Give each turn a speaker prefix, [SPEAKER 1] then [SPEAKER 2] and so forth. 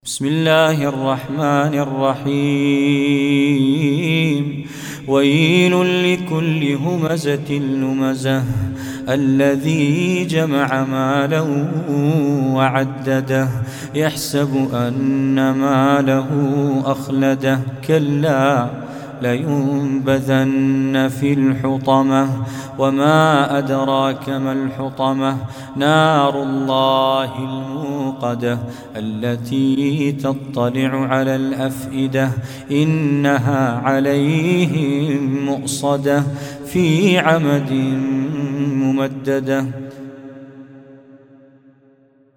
[SPEAKER 1] بسم الله الرحمن الرحيم. ويل لكل همزة لمزة الذي جمع مالا وعدده يحسب أن ماله أخلده كلا لينبذن في الحطمة وما أدراك ما الحطمة نار الله الموقدة التي تطلع على الأفئدة إنها عليهم مؤصدة في عمد ممددة.